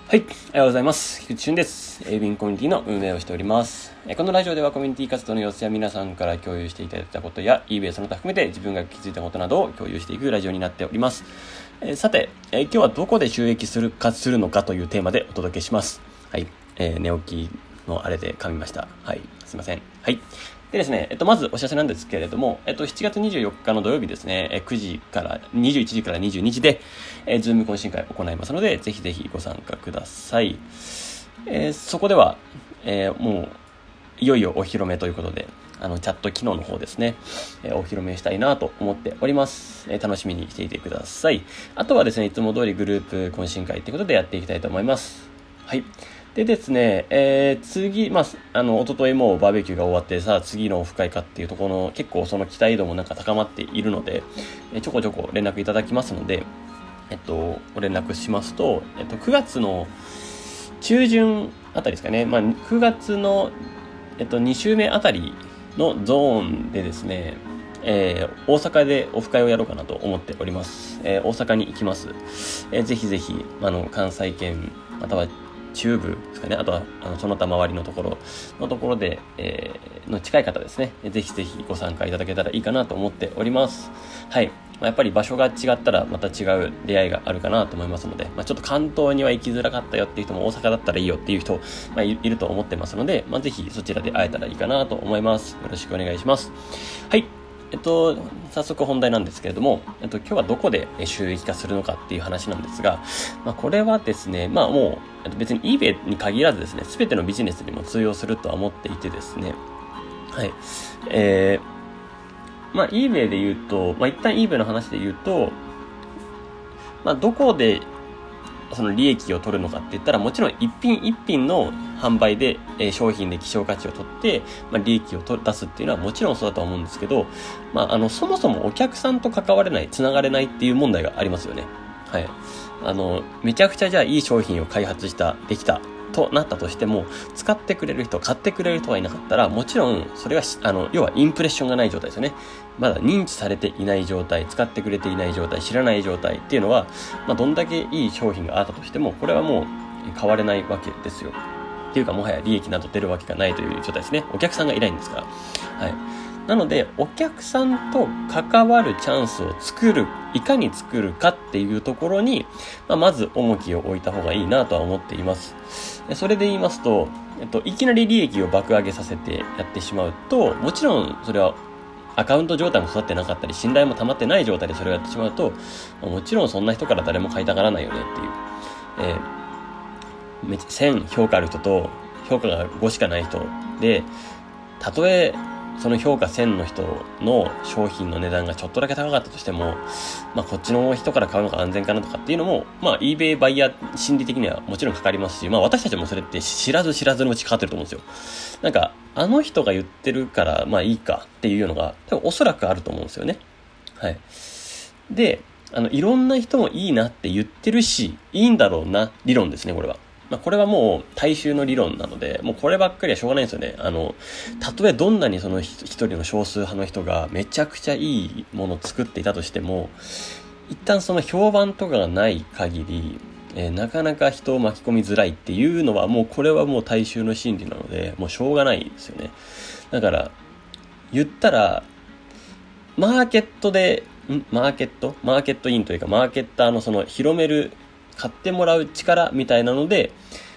はい、おはようございます。菊池俊です。エイビンコミュニティの運営をしております。このラジオではコミュニティ活動の様子や皆さんから共有していただいたことや eBay その他含めて自分が気づいたことなどを共有していくラジオになっております。さて、今日はどこで収益するのかというテーマでお届けします。はい、寝起きのあれで噛みました。はい、すいません。はい。でですね、まずお知らせなんですけれども、7月24日の土曜日ですね、9時から21時から22時で、ズーム懇親会を行いますので、ぜひぜひご参加ください。そこでは、もういよいよお披露目ということで、チャット機能の方ですね、お披露目したいなと思っております。楽しみにしていてください。あとはですね、いつも通りグループ懇親会ということでやっていきたいと思います。はい。でですね、次、一昨日もうバーベキューが終わって、さあ次のオフ会かっていうところの、結構その期待度もなんか高まっているので、ちょこちょこ連絡いただきますので、お連絡しますと、9月の中旬あたりですかね、9月の、2週目あたりのゾーンでですね、大阪でオフ会をやろうかなと思っております。大阪に行きます。ぜひぜひ、関西圏、または中部ですかね。あとは、その他周りのところで、の近い方ですね。ぜひぜひご参加いただけたらいいかなと思っております。はい。やっぱり場所が違ったらまた違う出会いがあるかなと思いますので、ちょっと関東には行きづらかったよっていう人も大阪だったらいいよっていう人、いると思ってますので、ぜひそちらで会えたらいいかなと思います。よろしくお願いします。はい。早速本題なんですけれども、今日はどこで収益化するのかっていう話なんですが、これはですね、もう、別に eBay に限らずですね、すべてのビジネスにも通用するとは思っていてですね、はい。eBay で言うと、一旦 eBay の話で言うと、どこでその利益を取るのかって言ったら、もちろん一品一品の販売で、商品で希少価値を取って、利益を出すっていうのはもちろんそうだと思うんですけど、そもそもお客さんと関われない、つながれないっていう問題がありますよね。はい。めちゃくちゃじゃあいい商品を開発できたとなったとしても、使ってくれる人、買ってくれる人がいなかったら、もちろんそれは要はインプレッションがない状態ですよね。まだ認知されていない状態、使ってくれていない状態、知らない状態っていうのは、どんだけいい商品があったとしても、これはもう変われないわけですよ。っていうか、もはや利益など出るわけがないという状態ですね。お客さんがいないんですから。はい。なので、お客さんと関わるチャンスをいかに作るかっていうところに、まず重きを置いた方がいいなとは思っています。それで言いますと、いきなり利益を爆上げさせてやってしまうと、もちろんそれはアカウント状態も育ってなかったり、信頼も溜まってない状態でそれをやってしまうと、もちろんそんな人から誰も買いたがらないよねっていう。1000評価ある人と評価が5しかない人で、たとえその評価1000の人の商品の値段がちょっとだけ高かったとしても、こっちの人から買うのが安全かなとかっていうのも、eBay バイヤー心理的にはもちろんかかりますし、私たちもそれって知らずのうちかかってると思うんですよ。なんか、あの人が言ってるから、いいかっていうのが、多分おそらくあると思うんですよね。はい。で、いろんな人もいいなって言ってるし、いいんだろうな、理論ですね、これは。これはもう大衆の理論なので、もうこればっかりはしょうがないんですよね。たとえどんなにその一人の少数派の人がめちゃくちゃいいものを作っていたとしても、一旦その評判とかがない限り、なかなか人を巻き込みづらいっていうのはもうこれはもう大衆の心理なので、もうしょうがないですよね。だから、言ったら、マーケットインというか、マーケッターのその広める、買ってもらう力みたいなので、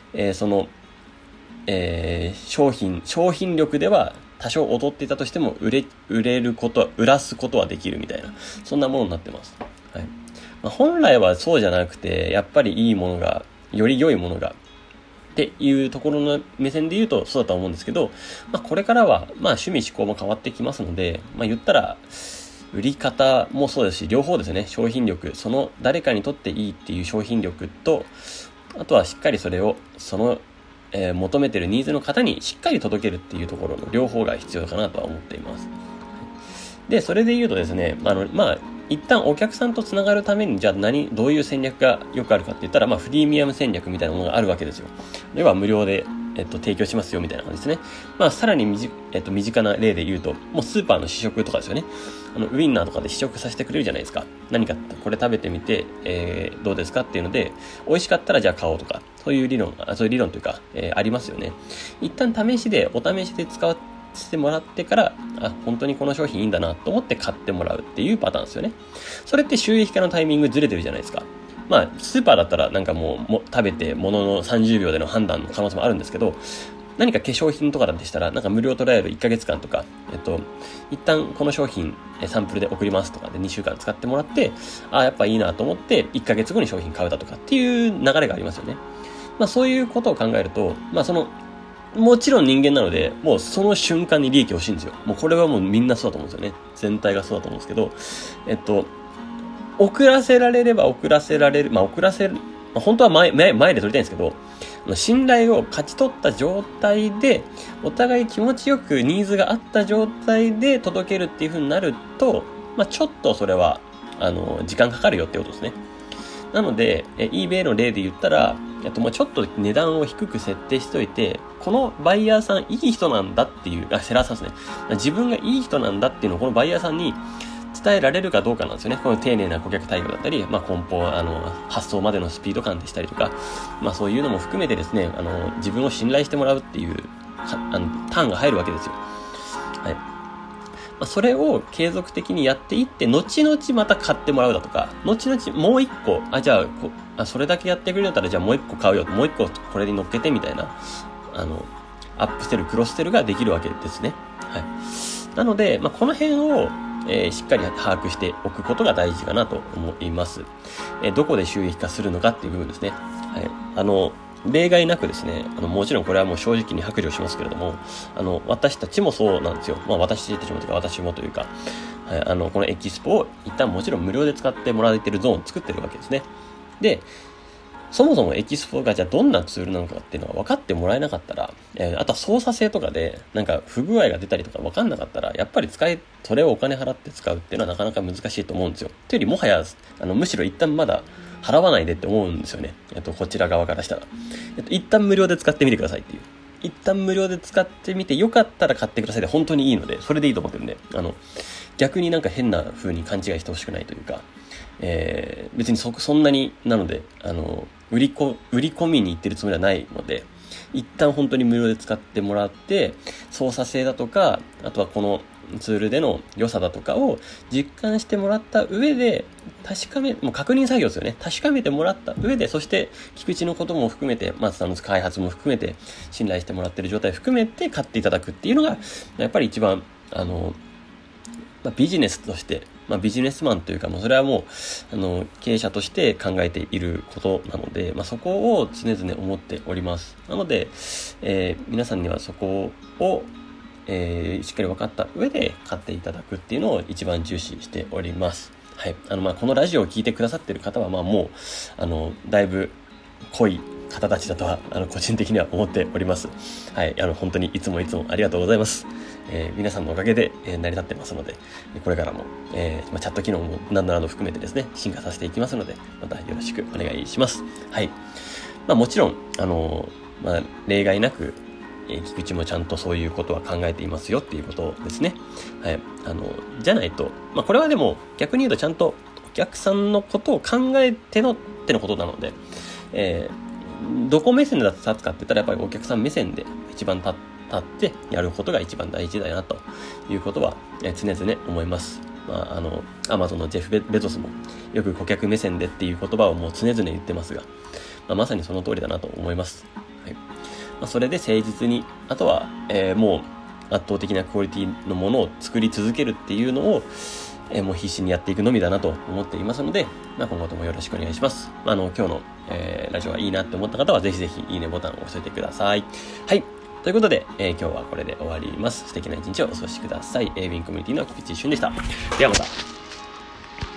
商品力では多少劣っていたとしても売らすことはできるみたいな、そんなものになってます。はい。本来はそうじゃなくて、やっぱりいいものが、より良いものが、っていうところの目線で言うとそうだと思うんですけど、これからは、趣味嗜好も変わってきますので、言ったら、売り方もそうですし、両方ですね、商品力、その誰かにとっていいっていう商品力と、あとはしっかりそれを、求めてるニーズの方にしっかり届けるっていうところの両方が必要かなとは思っています。で、それで言うとですね、一旦お客さんとつながるために、じゃあどういう戦略がよくあるかって言ったら、フリーミアム戦略みたいなものがあるわけですよ。要は無料で、 提供しますよみたいな感じですね。まあ、さらに身近な例で言うと、もうスーパーの試食とかですよね。ウインナーとかで試食させてくれるじゃないですか。何かこれ食べてみて、どうですかっていうので、美味しかったらじゃあ買おうとか、そういう理論というか、ありますよね。一旦お試しで使わせてもらってから、本当にこの商品いいんだなと思って買ってもらうっていうパターンですよね。それって収益化のタイミングずれてるじゃないですか。まあ、スーパーだったらなんかもう食べてものの30秒での判断の可能性もあるんですけど、何か化粧品とかでしたら、なんか無料トライアル1ヶ月間とか、一旦この商品サンプルで送りますとかで2週間使ってもらって、やっぱいいなと思って1ヶ月後に商品買うだとかっていう流れがありますよね。まあそういうことを考えると、まあもちろん人間なので、もうその瞬間に利益欲しいんですよ。もうこれはもうみんなそうだと思うんですよね。全体がそうだと思うんですけど、遅らせられれば遅らせられる。本当は前で撮りたいんですけど、信頼を勝ち取った状態で、お互い気持ちよくニーズがあった状態で届けるっていう風になると、まあちょっとそれは、時間かかるよってことですね。なので、eBay の例で言ったら、もうちょっと値段を低く設定しといて、このバイヤーさんいい人なんだっていう、セラーさんですね。自分がいい人なんだっていうのをこのバイヤーさんに伝えられるかどうかなんですよね。この丁寧な顧客対応だったり、まあ梱包、発送までのスピード感でしたりとか、まあそういうのも含めてですね、自分を信頼してもらうっていう、ターンが入るわけですよ。はい。まあ、それを継続的にやっていって、後々また買ってもらうだとか、後々もう一個、じゃあ、それだけやってくれるんだったら、じゃあもう一個買うよ、もう一個これに乗っけてみたいな、アップセル、クロスセルができるわけですね。はい。なので、まあ、この辺を、しっかり把握しておくことが大事かなと思います。どこで収益化するのかっていう部分ですね。はい。例外なくですね、もちろんこれはもう正直に白状しますけれども、私たちもそうなんですよ。まあ私たちもというか私もというか、はい、このエキスポを一旦もちろん無料で使ってもらえているゾーンを作ってるわけですね。で、そもそもエキスポがじゃあどんなツールなのかっていうのは分かってもらえなかったら、あとは操作性とかでなんか不具合が出たりとか分かんなかったら、やっぱりそれをお金払って使うっていうのはなかなか難しいと思うんですよ。というよりもはや、むしろ一旦まだ払わないでって思うんですよね。こちら側からしたら。一旦無料で使ってみてくださいっていう。一旦無料で使ってみてよかったら買ってくださいで本当にいいので、それでいいと思ってるんで、逆になんか変な風に勘違いしてほしくないというか、別にそんなになので、売り込みに行ってるつもりはないので、一旦本当に無料で使ってもらって、操作性だとか、あとはこのツールでの良さだとかを実感してもらった上で、もう確認作業ですよね。確かめてもらった上で、そして菊池のことも含めて、まあ、開発も含めて、信頼してもらっている状態を含めて買っていただくっていうのが、やっぱり一番、ビジネスとして、ビジネスマンというか、もうそれはもう、経営者として考えていることなので、そこを常々思っております。なので、皆さんにはそこを、しっかり分かった上で買っていただくっていうのを一番重視しております。はい。このラジオを聞いてくださっている方は、もう、だいぶ濃い方たちだとは、個人的には思っております。はい。本当にいつもありがとうございます。皆さんのおかげで、成り立ってますので、これからも、チャット機能も何など含めてですね、進化させていきますので、またよろしくお願いします。はい。もちろん、例外なく、菊池もちゃんとそういうことは考えていますよっていうことですね。はい。じゃないと、これはでも逆に言うとちゃんとお客さんのことを考えてのことなので、どこ目線で立つかって言ったらやっぱりお客さん目線で一番立ってやることが一番大事だなということは常々思います。アマゾンのジェフ・ベゾスもよく顧客目線でっていう言葉をもう常々言ってますが、まさにその通りだなと思います。はい。それで誠実に、あとは、もう圧倒的なクオリティのものを作り続けるっていうのを、もう必死にやっていくのみだなと思っていますので、今後ともよろしくお願いします。今日の、ラジオがいいなって思った方はぜひぜひいいねボタンを押してください。はい。ということで、今日はこれで終わります。素敵な一日をお過ごしください。ウィンコミュニティの菊池俊でした。ではまた。